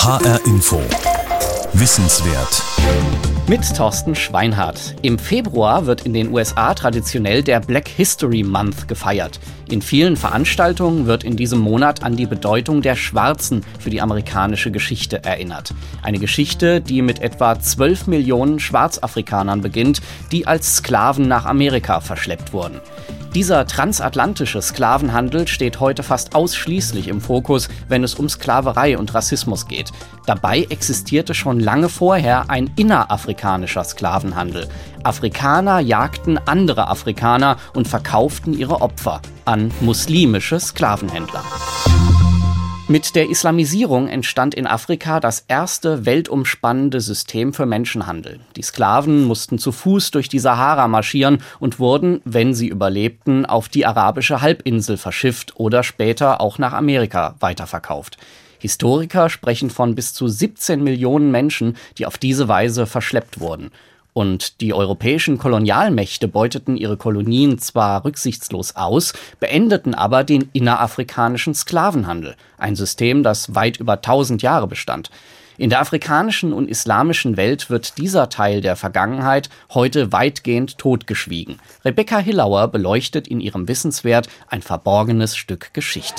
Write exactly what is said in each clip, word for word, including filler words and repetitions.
H R Info. Wissenswert. Mit Thorsten Schweinhardt. Im Februar wird in den U S A traditionell der Black History Month gefeiert. In vielen Veranstaltungen wird in diesem Monat an die Bedeutung der Schwarzen für die amerikanische Geschichte erinnert. Eine Geschichte, die mit etwa zwölf Millionen Schwarzafrikanern beginnt, die als Sklaven nach Amerika verschleppt wurden. Dieser transatlantische Sklavenhandel steht heute fast ausschließlich im Fokus, wenn es um Sklaverei und Rassismus geht. Dabei existierte schon lange vorher ein innerafrikanischer Sklavenhandel. Afrikaner jagten andere Afrikaner und verkauften ihre Opfer an muslimische Sklavenhändler. Mit der Islamisierung entstand in Afrika das erste weltumspannende System für Menschenhandel. Die Sklaven mussten zu Fuß durch die Sahara marschieren und wurden, wenn sie überlebten, auf die arabische Halbinsel verschifft oder später auch nach Amerika weiterverkauft. Historiker sprechen von bis zu siebzehn Millionen Menschen, die auf diese Weise verschleppt wurden. Und die europäischen Kolonialmächte beuteten ihre Kolonien zwar rücksichtslos aus, beendeten aber den innerafrikanischen Sklavenhandel, ein System, das weit über tausend Jahre bestand. In der afrikanischen und islamischen Welt wird dieser Teil der Vergangenheit heute weitgehend totgeschwiegen. Rebecca Hillauer beleuchtet in ihrem Wissenswert ein verborgenes Stück Geschichte.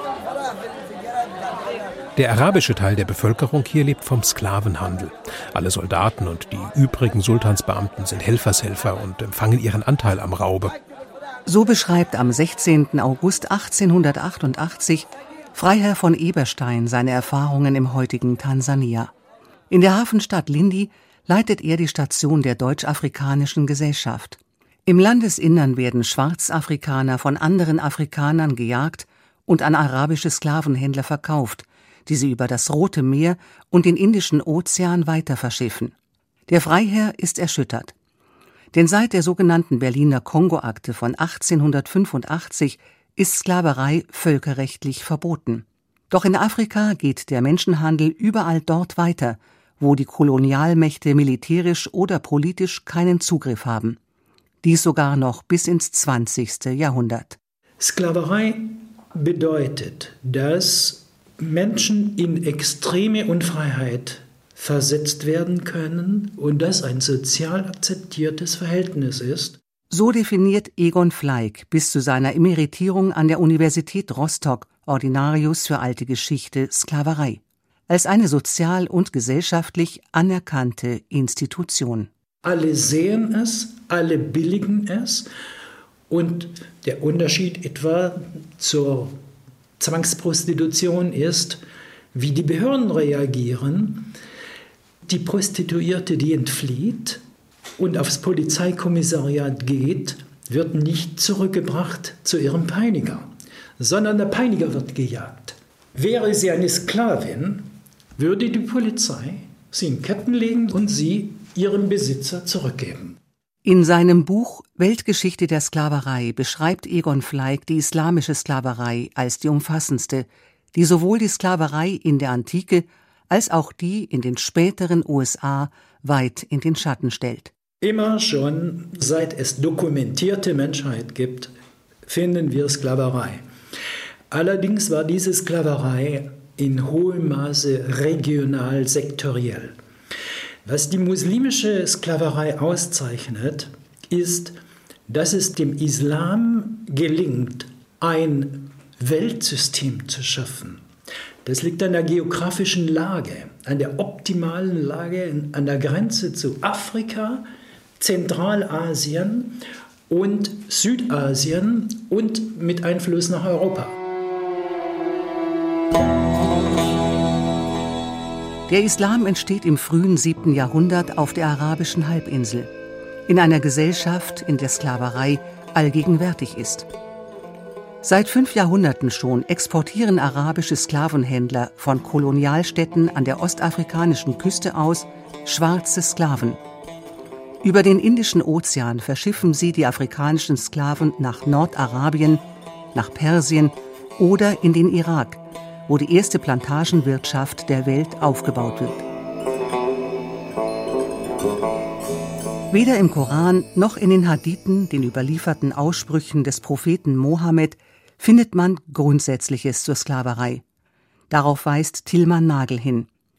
Der arabische Teil der Bevölkerung hier lebt vom Sklavenhandel. Alle Soldaten und die übrigen Sultansbeamten sind Helfershelfer und empfangen ihren Anteil am Raube. So beschreibt am sechzehnten August achtzehnhundertachtundachtzig Freiherr von Eberstein seine Erfahrungen im heutigen Tansania. In der Hafenstadt Lindi leitet er die Station der Deutsch-Afrikanischen Gesellschaft. Im Landesinnern werden Schwarzafrikaner von anderen Afrikanern gejagt und an arabische Sklavenhändler verkauft, die sie über das Rote Meer und den Indischen Ozean weiter verschiffen. Der Freiherr ist erschüttert. Denn seit der sogenannten Berliner Kongo-Akte von achtzehnhundertfünfundachtzig ist Sklaverei völkerrechtlich verboten. Doch in Afrika geht der Menschenhandel überall dort weiter, wo die Kolonialmächte militärisch oder politisch keinen Zugriff haben. Dies sogar noch bis ins zwanzigste Jahrhundert. Sklaverei bedeutet, dass Menschen in extreme Unfreiheit versetzt werden können und das ein sozial akzeptiertes Verhältnis ist. So definiert Egon Fleig bis zu seiner Emeritierung an der Universität Rostock, Ordinarius für alte Geschichte, Sklaverei, als eine sozial und gesellschaftlich anerkannte Institution. Alle sehen es, alle billigen es und der Unterschied etwa zur Zwangsprostitution ist, wie die Behörden reagieren. Die Prostituierte, die entflieht und aufs Polizeikommissariat geht, wird nicht zurückgebracht zu ihrem Peiniger, sondern der Peiniger wird gejagt. Wäre sie eine Sklavin, würde die Polizei sie in Ketten legen und sie ihrem Besitzer zurückgeben. In seinem Buch Weltgeschichte der Sklaverei beschreibt Egon Fleig die islamische Sklaverei als die umfassendste, die sowohl die Sklaverei in der Antike als auch die in den späteren U S A weit in den Schatten stellt. Immer schon, seit es dokumentierte Menschheit gibt, finden wir Sklaverei. Allerdings war diese Sklaverei in hohem Maße regional sektoriell. Was die muslimische Sklaverei auszeichnet, ist, dass es dem Islam gelingt, ein Weltsystem zu schaffen. Das liegt an der geografischen Lage, an der optimalen Lage an der Grenze zu Afrika, Zentralasien und Südasien und mit Einfluss nach Europa. Der Islam entsteht im frühen siebten Jahrhundert auf der arabischen Halbinsel, in einer Gesellschaft, in der Sklaverei allgegenwärtig ist. Seit fünf Jahrhunderten schon exportieren arabische Sklavenhändler von Kolonialstädten an der ostafrikanischen Küste aus schwarze Sklaven. Über den Indischen Ozean verschiffen sie die afrikanischen Sklaven nach Nordarabien, nach Persien oder in den Irak, wo die erste Plantagenwirtschaft der Welt aufgebaut wird. Weder im Koran noch in den Hadithen, den überlieferten Aussprüchen des Propheten Mohammed, findet man Grundsätzliches zur Sklaverei. Darauf weist Tilman Nagel hin.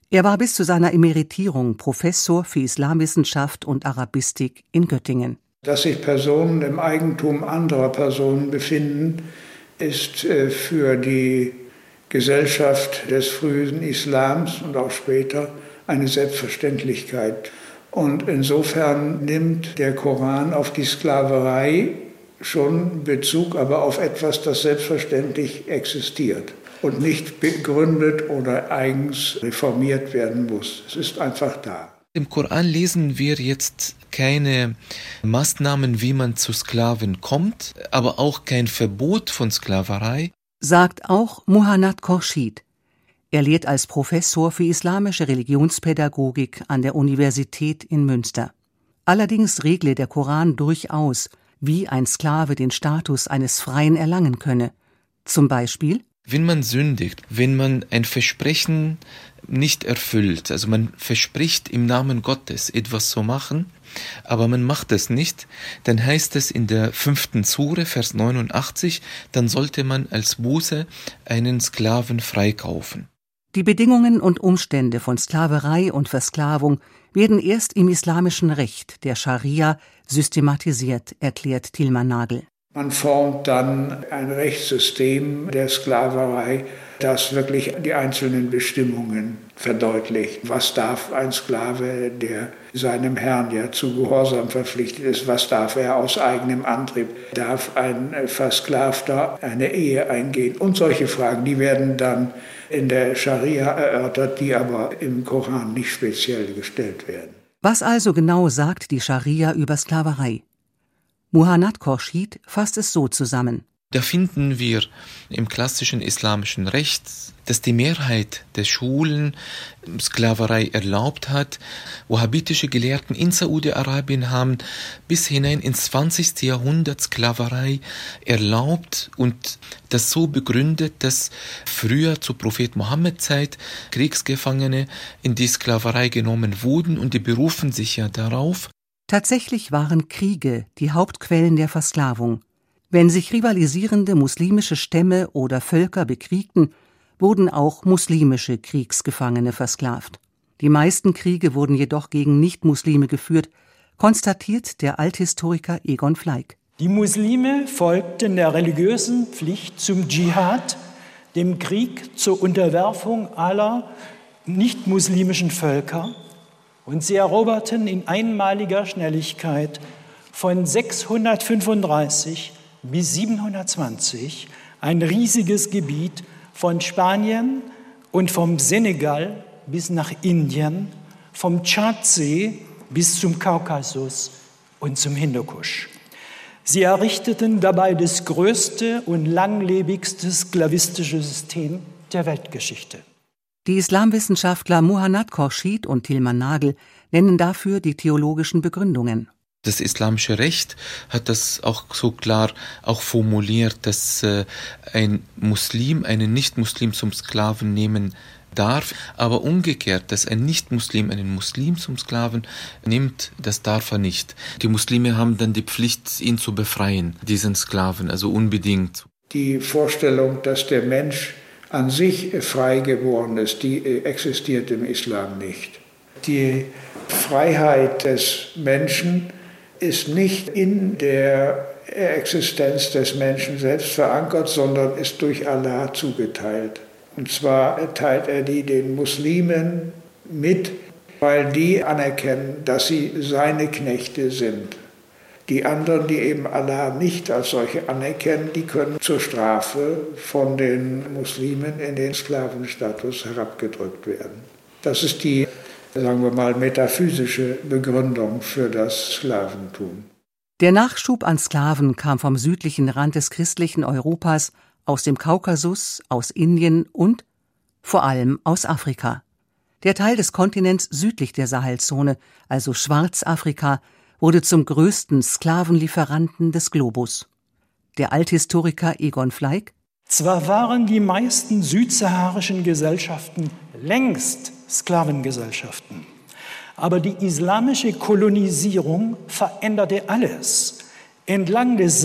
Er war bis zu seiner Emeritierung Professor für Islamwissenschaft und Arabistik in Göttingen. Dass sich Personen im Eigentum anderer Personen befinden, ist für die Gesellschaft des frühen Islams und auch später eine Selbstverständlichkeit. Und insofern nimmt der Koran auf die Sklaverei schon Bezug, aber auf etwas, das selbstverständlich existiert und nicht begründet oder eigens reformiert werden muss. Es ist einfach da. Im Koran lesen wir jetzt keine Maßnahmen, wie man zu Sklaven kommt, aber auch kein Verbot von Sklaverei. Sagt auch Muhannad Khorshid. Er lehrt als Professor für islamische Religionspädagogik an der Universität in Münster. Allerdings regle der Koran durchaus, wie ein Sklave den Status eines Freien erlangen könne. Zum Beispiel: Wenn man sündigt, wenn man ein Versprechen nicht erfüllt, also man verspricht im Namen Gottes etwas zu machen, aber man macht es nicht, dann heißt es in der fünften Sure, Vers neunundachtzig, dann sollte man als Buße einen Sklaven freikaufen. Die Bedingungen und Umstände von Sklaverei und Versklavung werden erst im islamischen Recht, der Scharia, systematisiert, erklärt Tilman Nagel. Man formt dann ein Rechtssystem der Sklaverei, das wirklich die einzelnen Bestimmungen verdeutlicht. Was darf ein Sklave, der seinem Herrn ja zu Gehorsam verpflichtet ist, was darf er aus eigenem Antrieb? Darf ein Versklavter eine Ehe eingehen? Und solche Fragen, die werden dann in der Scharia erörtert, die aber im Koran nicht speziell gestellt werden. Was also genau sagt die Scharia über Sklaverei? Muhannad Khorshid fasst es so zusammen. Da finden wir im klassischen islamischen Recht, dass die Mehrheit der Schulen Sklaverei erlaubt hat. Wahhabitische Gelehrten in Saudi-Arabien haben bis hinein ins zwanzigste Jahrhundert Sklaverei erlaubt und das so begründet, dass früher zur Prophet Mohammed-Zeit Kriegsgefangene in die Sklaverei genommen wurden und die berufen sich ja darauf. Tatsächlich waren Kriege die Hauptquellen der Versklavung. Wenn sich rivalisierende muslimische Stämme oder Völker bekriegten, wurden auch muslimische Kriegsgefangene versklavt. Die meisten Kriege wurden jedoch gegen Nichtmuslime geführt, konstatiert der Althistoriker Egon Fleig. Die Muslime folgten der religiösen Pflicht zum Dschihad, dem Krieg zur Unterwerfung aller nichtmuslimischen Völker, und sie eroberten in einmaliger Schnelligkeit von sechshundertfünfunddreißig bis siebenhundertzwanzig ein riesiges Gebiet von Spanien und vom Senegal bis nach Indien, vom Tschadsee bis zum Kaukasus und zum Hindukusch. Sie errichteten dabei das größte und langlebigste sklavistische System der Weltgeschichte. Die Islamwissenschaftler Muhannad Khorshid und Tilman Nagel nennen dafür die theologischen Begründungen. Das islamische Recht hat das auch so klar auch formuliert, dass äh, ein Muslim einen Nicht-Muslim zum Sklaven nehmen darf, aber umgekehrt, dass ein Nicht-Muslim einen Muslim zum Sklaven nimmt, das darf er nicht. Die Muslime haben dann die Pflicht, ihn zu befreien, diesen Sklaven, also unbedingt. Die Vorstellung, dass der Mensch an sich frei geboren ist, die existiert im Islam nicht. Die Freiheit des Menschen ist nicht in der Existenz des Menschen selbst verankert, sondern ist durch Allah zugeteilt. Und zwar teilt er die den Muslimen mit, weil die anerkennen, dass sie seine Knechte sind. Die anderen, die eben Allah nicht als solche anerkennen, die können zur Strafe von den Muslimen in den Sklavenstatus herabgedrückt werden. Das ist die, sagen wir mal, metaphysische Begründung für das Sklaventum. Der Nachschub an Sklaven kam vom südlichen Rand des christlichen Europas, aus dem Kaukasus, aus Indien und vor allem aus Afrika. Der Teil des Kontinents südlich der Sahelzone, also Schwarzafrika, wurde zum größten Sklavenlieferanten des Globus. Der Althistoriker Egon Fleig: Zwar waren die meisten südsaharischen Gesellschaften längst Sklavengesellschaften, aber die islamische Kolonisierung veränderte alles. Entlang des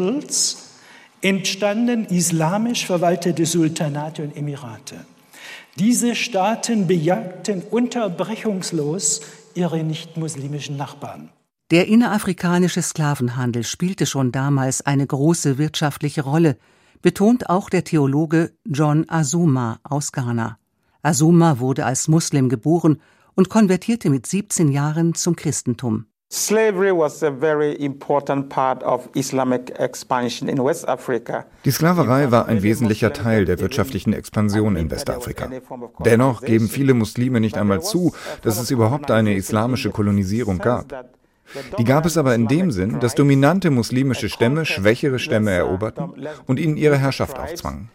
Sahelgürtels entstanden islamisch verwaltete Sultanate und Emirate. Diese Staaten bejagten unterbrechungslos ihre nicht-muslimischen Nachbarn. Der innerafrikanische Sklavenhandel spielte schon damals eine große wirtschaftliche Rolle, betont auch der Theologe John Azumah aus Ghana. Azumah wurde als Muslim geboren und konvertierte mit siebzehn Jahren zum Christentum. Slavery was a very important part of Islamic expansion in West Africa. Die Sklaverei war ein wesentlicher Teil der wirtschaftlichen Expansion in Westafrika. Dennoch geben viele Muslime nicht einmal zu, dass es überhaupt eine islamische Kolonisierung gab. Die gab es aber in dem Sinn, dass dominante muslimische Stämme schwächere Stämme eroberten und ihnen ihre Herrschaft aufzwangen.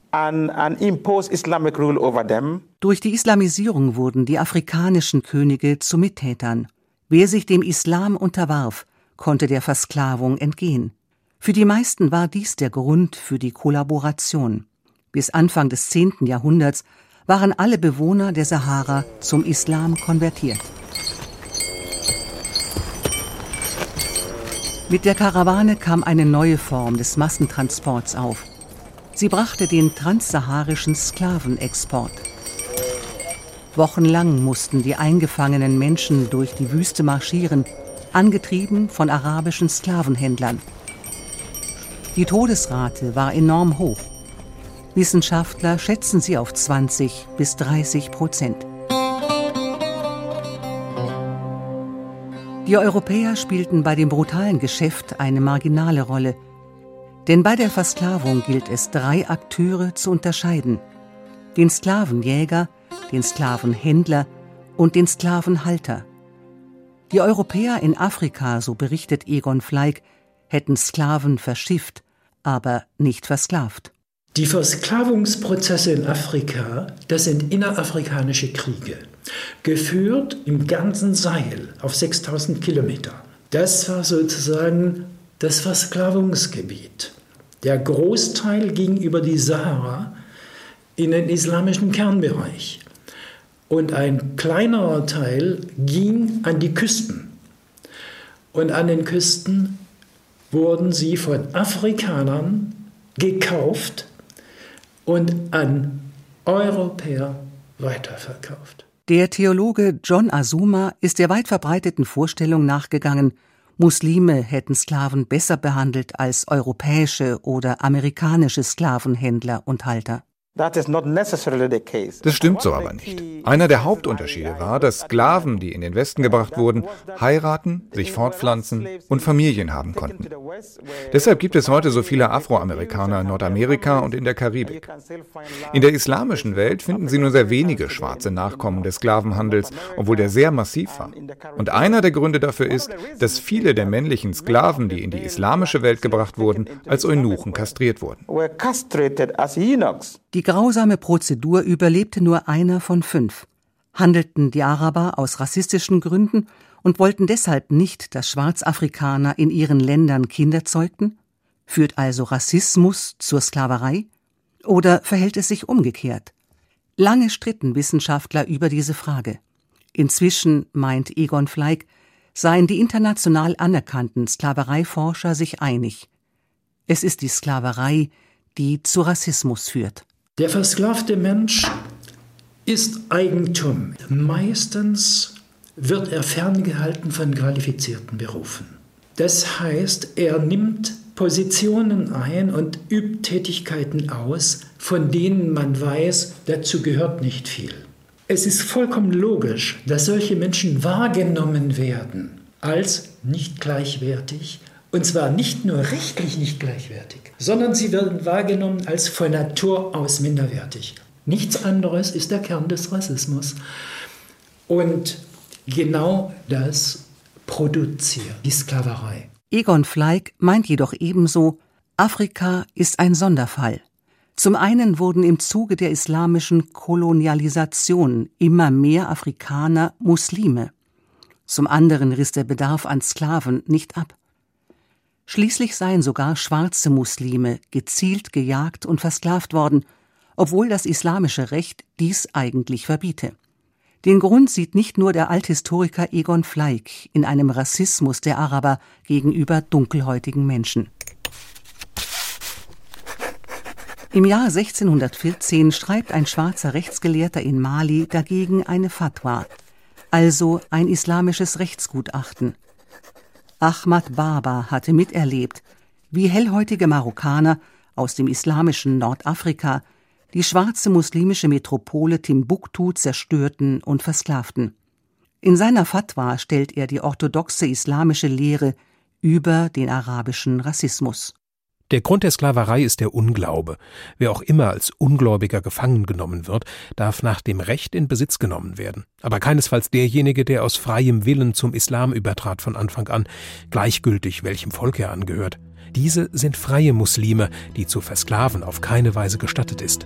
Durch die Islamisierung wurden die afrikanischen Könige zu Mittätern. Wer sich dem Islam unterwarf, konnte der Versklavung entgehen. Für die meisten war dies der Grund für die Kollaboration. Bis Anfang des zehnten Jahrhunderts waren alle Bewohner der Sahara zum Islam konvertiert. Mit der Karawane kam eine neue Form des Massentransports auf. Sie brachte den transsaharischen Sklavenexport. Wochenlang mussten die eingefangenen Menschen durch die Wüste marschieren, angetrieben von arabischen Sklavenhändlern. Die Todesrate war enorm hoch. Wissenschaftler schätzen sie auf zwanzig bis dreißig Prozent. Die Europäer spielten bei dem brutalen Geschäft eine marginale Rolle. Denn bei der Versklavung gilt es, drei Akteure zu unterscheiden: den Sklavenjäger, den Sklavenhändler und den Sklavenhalter. Die Europäer in Afrika, so berichtet Egon Fleig, hätten Sklaven verschifft, aber nicht versklavt. Die Versklavungsprozesse in Afrika, das sind innerafrikanische Kriege, geführt im ganzen Sahel auf sechstausend Kilometer. Das war sozusagen das Versklavungsgebiet. Der Großteil ging über die Sahara in den islamischen Kernbereich. Und ein kleinerer Teil ging an die Küsten. Und an den Küsten wurden sie von Afrikanern gekauft und an Europäer weiterverkauft. Der Theologe John Azumah ist der weit verbreiteten Vorstellung nachgegangen, Muslime hätten Sklaven besser behandelt als europäische oder amerikanische Sklavenhändler und Halter. Das stimmt so aber nicht. Einer der Hauptunterschiede war, dass Sklaven, die in den Westen gebracht wurden, heiraten, sich fortpflanzen und Familien haben konnten. Deshalb gibt es heute so viele Afroamerikaner in Nordamerika und in der Karibik. In der islamischen Welt finden Sie nur sehr wenige schwarze Nachkommen des Sklavenhandels, obwohl der sehr massiv war. Und einer der Gründe dafür ist, dass viele der männlichen Sklaven, die in die islamische Welt gebracht wurden, als Eunuchen kastriert wurden. Die grausame Prozedur überlebte nur einer von fünf. Handelten die Araber aus rassistischen Gründen und wollten deshalb nicht, dass Schwarzafrikaner in ihren Ländern Kinder zeugten? Führt also Rassismus zur Sklaverei? Oder verhält es sich umgekehrt? Lange stritten Wissenschaftler über diese Frage. Inzwischen, meint Egon Fleig, seien die international anerkannten Sklavereiforscher sich einig. Es ist die Sklaverei, die zu Rassismus führt. Der versklavte Mensch ist Eigentum. Meistens wird er ferngehalten von qualifizierten Berufen. Das heißt, er nimmt Positionen ein und übt Tätigkeiten aus, von denen man weiß, dazu gehört nicht viel. Es ist vollkommen logisch, dass solche Menschen wahrgenommen werden als nicht gleichwertig. Und zwar nicht nur rechtlich nicht gleichwertig, sondern sie werden wahrgenommen als von Natur aus minderwertig. Nichts anderes ist der Kern des Rassismus. Und genau das produziert die Sklaverei. Egon Fleig meint jedoch ebenso, Afrika ist ein Sonderfall. Zum einen wurden im Zuge der islamischen Kolonialisation immer mehr Afrikaner Muslime. Zum anderen riss der Bedarf an Sklaven nicht ab. Schließlich seien sogar schwarze Muslime gezielt gejagt und versklavt worden, obwohl das islamische Recht dies eigentlich verbiete. Den Grund sieht nicht nur der Althistoriker Egon Fleig in einem Rassismus der Araber gegenüber dunkelhäutigen Menschen. Im Jahr sechzehnhundertvierzehn schreibt ein schwarzer Rechtsgelehrter in Mali dagegen eine Fatwa, also ein islamisches Rechtsgutachten. Ahmad Baba hatte miterlebt, wie hellhäutige Marokkaner aus dem islamischen Nordafrika die schwarze muslimische Metropole Timbuktu zerstörten und versklavten. In seiner Fatwa stellt er die orthodoxe islamische Lehre über den arabischen Rassismus. Der Grund der Sklaverei ist der Unglaube. Wer auch immer als Ungläubiger gefangen genommen wird, darf nach dem Recht in Besitz genommen werden. Aber keinesfalls derjenige, der aus freiem Willen zum Islam übertrat von Anfang an, gleichgültig welchem Volk er angehört. Diese sind freie Muslime, die zu versklaven auf keine Weise gestattet ist.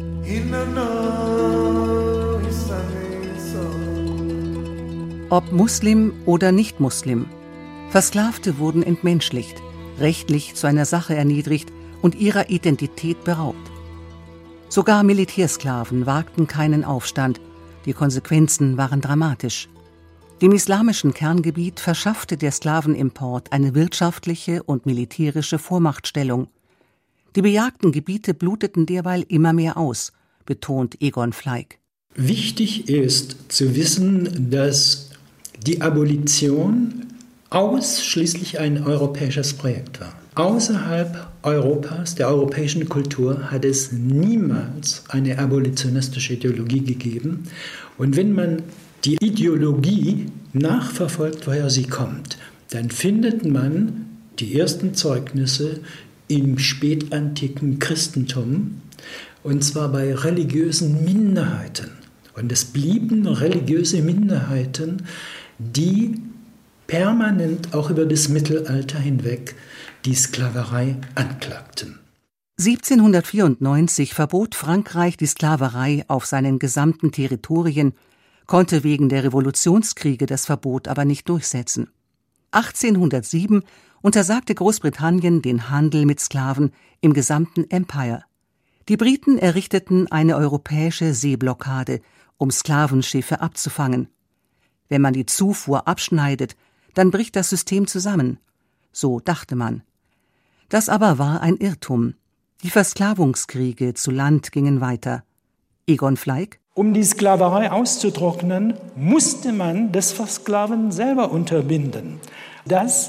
Ob Muslim oder Nicht-Muslim, Versklavte wurden entmenschlicht, rechtlich zu einer Sache erniedrigt und ihrer Identität beraubt. Sogar Militärsklaven wagten keinen Aufstand, die Konsequenzen waren dramatisch. Dem islamischen Kerngebiet verschaffte der Sklavenimport eine wirtschaftliche und militärische Vormachtstellung. Die bejagten Gebiete bluteten derweil immer mehr aus, betont Egon Fleig. Wichtig ist zu wissen, dass die Abolition ausschließlich ein europäisches Projekt war. Außerhalb Europas, der europäischen Kultur, hat es niemals eine abolitionistische Ideologie gegeben. Und wenn man die Ideologie nachverfolgt, woher sie kommt, dann findet man die ersten Zeugnisse im spätantiken Christentum, und zwar bei religiösen Minderheiten. Und es blieben religiöse Minderheiten, die permanent auch über das Mittelalter hinweg die Sklaverei anklagten. siebzehnhundertvierundneunzig verbot Frankreich die Sklaverei auf seinen gesamten Territorien, konnte wegen der Revolutionskriege das Verbot aber nicht durchsetzen. achtzehnhundertsieben untersagte Großbritannien den Handel mit Sklaven im gesamten Empire. Die Briten errichteten eine europäische Seeblockade, um Sklavenschiffe abzufangen. Wenn man die Zufuhr abschneidet, dann bricht das System zusammen. So dachte man. Das aber war ein Irrtum. Die Versklavungskriege zu Land gingen weiter. Egon Fleig: Um die Sklaverei auszutrocknen, musste man das Versklaven selber unterbinden. Das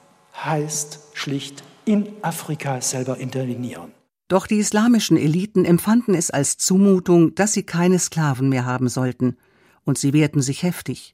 heißt schlicht in Afrika selber intervenieren. Doch die islamischen Eliten empfanden es als Zumutung, dass sie keine Sklaven mehr haben sollten, und sie wehrten sich heftig.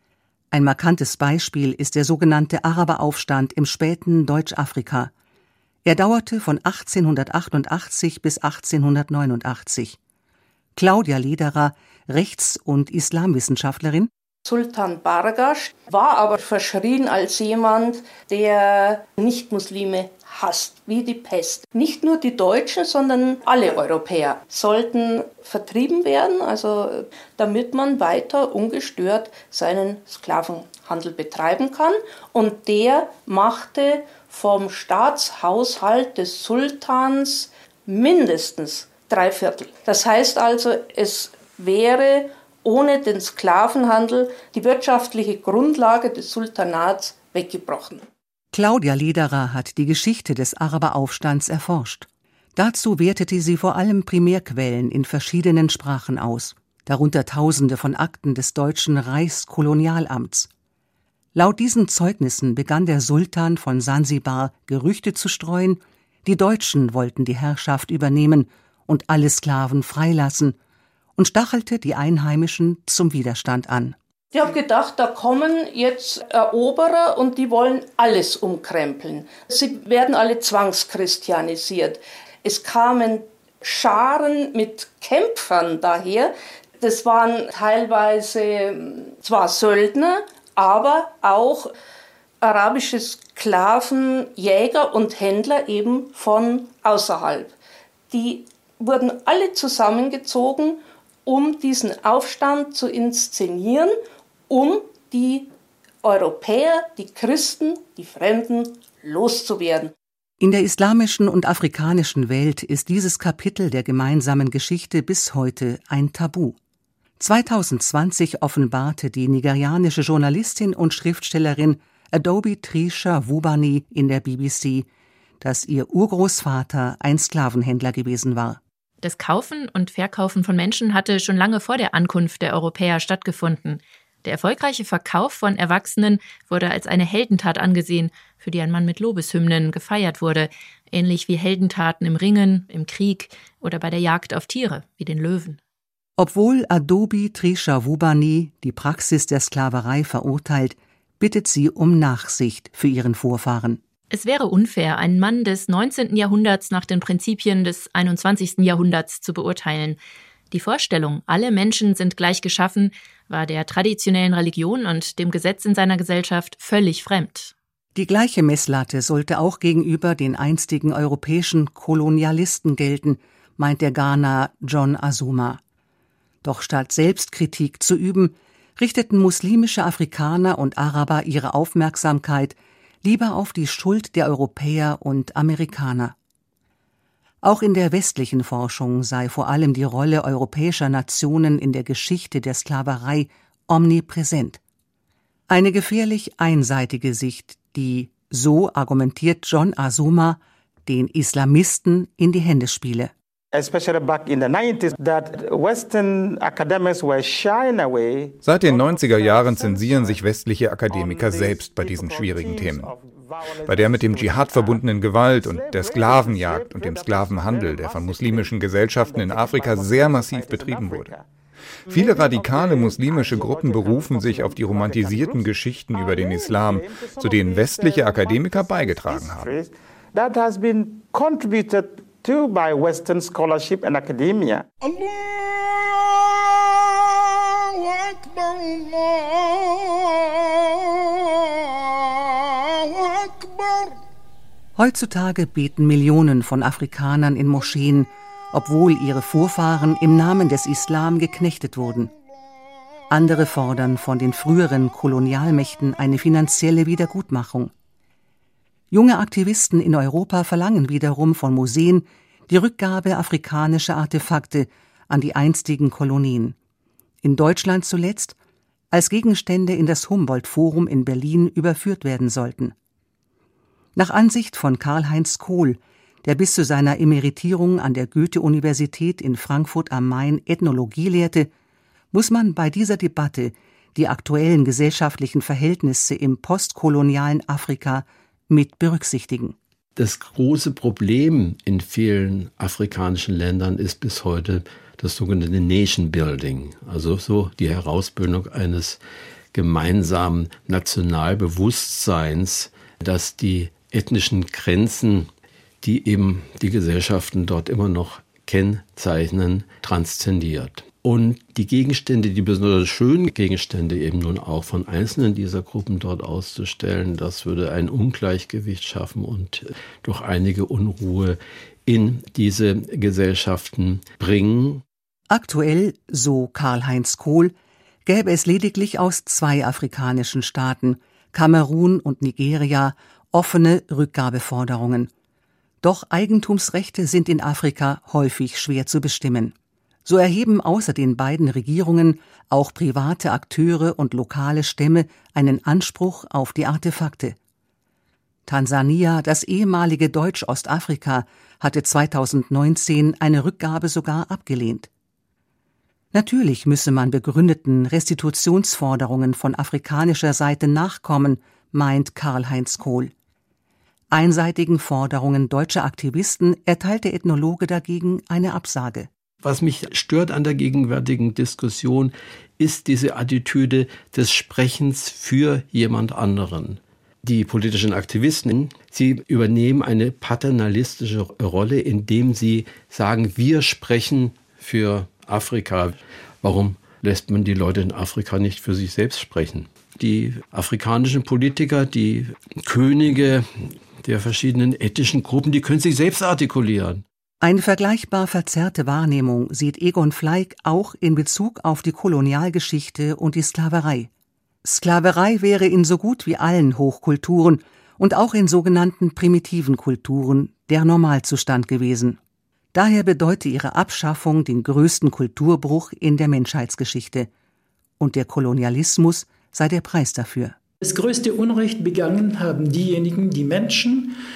Ein markantes Beispiel ist der sogenannte Araberaufstand im späten Deutschafrika. Er dauerte von achtzehnhundertachtundachtzig bis achtzehnhundertneunundachtzig. Claudia Lederer, Rechts- und Islamwissenschaftlerin: Sultan Bargash war aber verschrien als jemand, der Nicht-Muslime hasst, wie die Pest. Nicht nur die Deutschen, sondern alle Europäer sollten vertrieben werden, also damit man weiter ungestört seinen Sklavenhandel betreiben kann. Und der machte vom Staatshaushalt des Sultans mindestens drei Viertel. Das heißt also, es wäre ohne den Sklavenhandel die wirtschaftliche Grundlage des Sultanats weggebrochen. Claudia Lederer hat die Geschichte des Araberaufstands erforscht. Dazu wertete sie vor allem Primärquellen in verschiedenen Sprachen aus, darunter Tausende von Akten des deutschen Reichskolonialamts. Laut diesen Zeugnissen begann der Sultan von Sansibar Gerüchte zu streuen, die Deutschen wollten die Herrschaft übernehmen und alle Sklaven freilassen, und stachelte die Einheimischen zum Widerstand an. Ich habe gedacht, da kommen jetzt Eroberer und die wollen alles umkrempeln. Sie werden alle zwangschristianisiert. Es kamen Scharen mit Kämpfern daher. Das waren teilweise zwar Söldner, aber auch arabische Sklaven, Jäger und Händler eben von außerhalb. Die wurden alle zusammengezogen, um diesen Aufstand zu inszenieren, um die Europäer, die Christen, die Fremden loszuwerden. In der islamischen und afrikanischen Welt ist dieses Kapitel der gemeinsamen Geschichte bis heute ein Tabu. zweitausendzwanzig offenbarte die nigerianische Journalistin und Schriftstellerin Adobe Trisha Wubani in der B B C dass ihr Urgroßvater ein Sklavenhändler gewesen war. Das Kaufen und Verkaufen von Menschen hatte schon lange vor der Ankunft der Europäer stattgefunden. Der erfolgreiche Verkauf von Erwachsenen wurde als eine Heldentat angesehen, für die ein Mann mit Lobeshymnen gefeiert wurde, ähnlich wie Heldentaten im Ringen, im Krieg oder bei der Jagd auf Tiere, wie den Löwen. Obwohl Adobe Trisha-Wubani die Praxis der Sklaverei verurteilt, bittet sie um Nachsicht für ihren Vorfahren. Es wäre unfair, einen Mann des neunzehnten Jahrhunderts nach den Prinzipien des einundzwanzigsten Jahrhunderts zu beurteilen. Die Vorstellung, alle Menschen sind gleich geschaffen, war der traditionellen Religion und dem Gesetz in seiner Gesellschaft völlig fremd. Die gleiche Messlatte sollte auch gegenüber den einstigen europäischen Kolonialisten gelten, meint der Ghana John Azuma. Doch statt Selbstkritik zu üben, richteten muslimische Afrikaner und Araber ihre Aufmerksamkeit lieber auf die Schuld der Europäer und Amerikaner. Auch in der westlichen Forschung sei vor allem die Rolle europäischer Nationen in der Geschichte der Sklaverei omnipräsent. Eine gefährlich einseitige Sicht, die, so argumentiert John Azuma, den Islamisten in die Hände spiele. Seit den neunziger Jahren zensieren sich westliche Akademiker selbst bei diesen schwierigen Themen. Bei der mit dem Dschihad verbundenen Gewalt und der Sklavenjagd und dem Sklavenhandel, der von muslimischen Gesellschaften in Afrika sehr massiv betrieben wurde. Viele radikale muslimische Gruppen berufen sich auf die romantisierten Geschichten über den Islam, zu denen westliche Akademiker beigetragen haben. To by Western scholarship and academia. Allahu Akbar, Allahu Akbar. Heutzutage beten Millionen von Afrikanern in Moscheen, obwohl ihre Vorfahren im Namen des Islam geknechtet wurden. Andere fordern von den früheren Kolonialmächten eine finanzielle Wiedergutmachung. Junge Aktivisten in Europa verlangen wiederum von Museen die Rückgabe afrikanischer Artefakte an die einstigen Kolonien. In Deutschland zuletzt, als Gegenstände in das Humboldt-Forum in Berlin überführt werden sollten. Nach Ansicht von Karl-Heinz Kohl, der bis zu seiner Emeritierung an der Goethe-Universität in Frankfurt am Main Ethnologie lehrte, muss man bei dieser Debatte die aktuellen gesellschaftlichen Verhältnisse im postkolonialen Afrika mit berücksichtigen. Das große Problem in vielen afrikanischen Ländern ist bis heute das sogenannte Nation Building, also so die Herausbildung eines gemeinsamen Nationalbewusstseins, das die ethnischen Grenzen, die eben die Gesellschaften dort immer noch kennzeichnen, transzendiert. Und die Gegenstände, die besonders schönen Gegenstände eben nun auch von einzelnen dieser Gruppen dort auszustellen, das würde ein Ungleichgewicht schaffen und durch einige Unruhe in diese Gesellschaften bringen. Aktuell, so Karl-Heinz Kohl, gäbe es lediglich aus zwei afrikanischen Staaten, Kamerun und Nigeria, offene Rückgabeforderungen. Doch Eigentumsrechte sind in Afrika häufig schwer zu bestimmen. So erheben außer den beiden Regierungen auch private Akteure und lokale Stämme einen Anspruch auf die Artefakte. Tansania, das ehemalige Deutsch-Ostafrika, hatte zweitausendneunzehn eine Rückgabe sogar abgelehnt. Natürlich müsse man begründeten Restitutionsforderungen von afrikanischer Seite nachkommen, meint Karl-Heinz Kohl. Einseitigen Forderungen deutscher Aktivisten erteilt der Ethnologe dagegen eine Absage. Was mich stört an der gegenwärtigen Diskussion, ist diese Attitüde des Sprechens für jemand anderen. Die politischen Aktivisten, sie übernehmen eine paternalistische Rolle, indem sie sagen, wir sprechen für Afrika. Warum lässt man die Leute in Afrika nicht für sich selbst sprechen? Die afrikanischen Politiker, die Könige der verschiedenen ethnischen Gruppen, die können sich selbst artikulieren. Eine vergleichbar verzerrte Wahrnehmung sieht Egon Fleig auch in Bezug auf die Kolonialgeschichte und die Sklaverei. Sklaverei wäre in so gut wie allen Hochkulturen und auch in sogenannten primitiven Kulturen der Normalzustand gewesen. Daher bedeute ihre Abschaffung den größten Kulturbruch in der Menschheitsgeschichte. Und der Kolonialismus sei der Preis dafür. Das größte Unrecht begangen haben diejenigen, die Menschen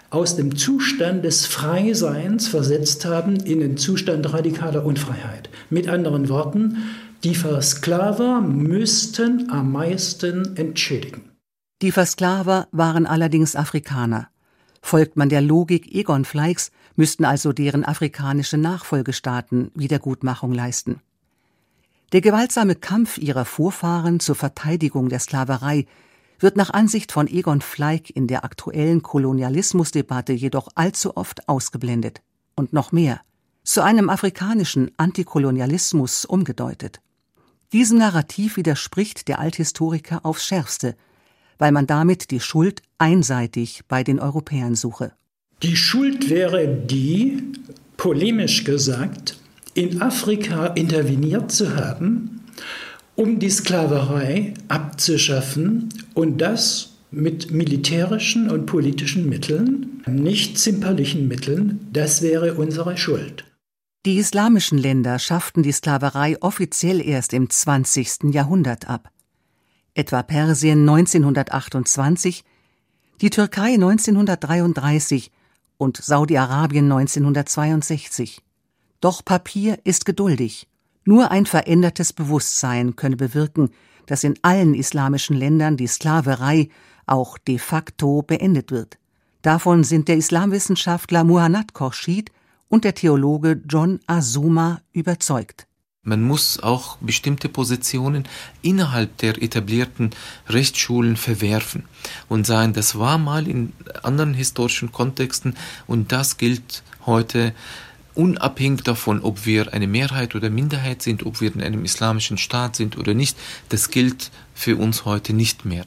aus dem Zustand des Freiseins versetzt haben in den Zustand radikaler Unfreiheit. Mit anderen Worten, die Versklaver müssten am meisten entschädigen. Die Versklaver waren allerdings Afrikaner. Folgt man der Logik Egon Fleiks, müssten also deren afrikanische Nachfolgestaaten Wiedergutmachung leisten. Der gewaltsame Kampf ihrer Vorfahren zur Verteidigung der Sklaverei wird nach Ansicht von Egon Fleig in der aktuellen Kolonialismusdebatte jedoch allzu oft ausgeblendet. Und noch mehr, zu einem afrikanischen Antikolonialismus umgedeutet. Diesem Narrativ widerspricht der Althistoriker aufs Schärfste, weil man damit die Schuld einseitig bei den Europäern suche. Die Schuld wäre die, polemisch gesagt, in Afrika interveniert zu haben, um die Sklaverei abzuschaffen und das mit militärischen und politischen Mitteln, nicht zimperlichen Mitteln, das wäre unsere Schuld. Die islamischen Länder schafften die Sklaverei offiziell erst im zwanzigsten Jahrhundert ab. Etwa Persien neunzehnhundertachtundzwanzig, die Türkei neunzehnhundertdreiunddreißig und Saudi-Arabien neunzehnhundertzweiundsechzig. Doch Papier ist geduldig. Nur ein verändertes Bewusstsein könne bewirken, dass in allen islamischen Ländern die Sklaverei auch de facto beendet wird. Davon sind der Islamwissenschaftler Muhannad Khorshid und der Theologe John Azuma überzeugt. Man muss auch bestimmte Positionen innerhalb der etablierten Rechtsschulen verwerfen und sagen, das war mal in anderen historischen Kontexten und das gilt heute unabhängig davon, ob wir eine Mehrheit oder Minderheit sind, ob wir in einem islamischen Staat sind oder nicht. Das gilt für uns heute nicht mehr.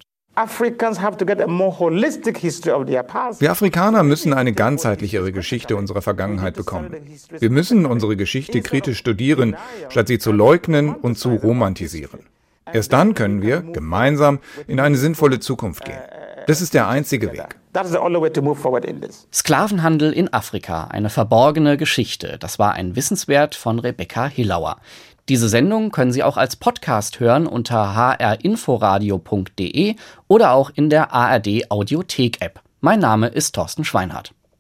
Wir Afrikaner müssen eine ganzheitlichere Geschichte unserer Vergangenheit bekommen. Wir müssen unsere Geschichte kritisch studieren, statt sie zu leugnen und zu romantisieren. Erst dann können wir gemeinsam in eine sinnvolle Zukunft gehen. Das ist der einzige Weg. Sklavenhandel in Afrika, eine verborgene Geschichte. Das war ein Wissenswert von Rebecca Hillauer. Diese Sendung können Sie auch als Podcast hören unter h r inforadio punkt d e oder auch in der A R D Audiothek-App. Mein Name ist Thorsten Schweinhardt.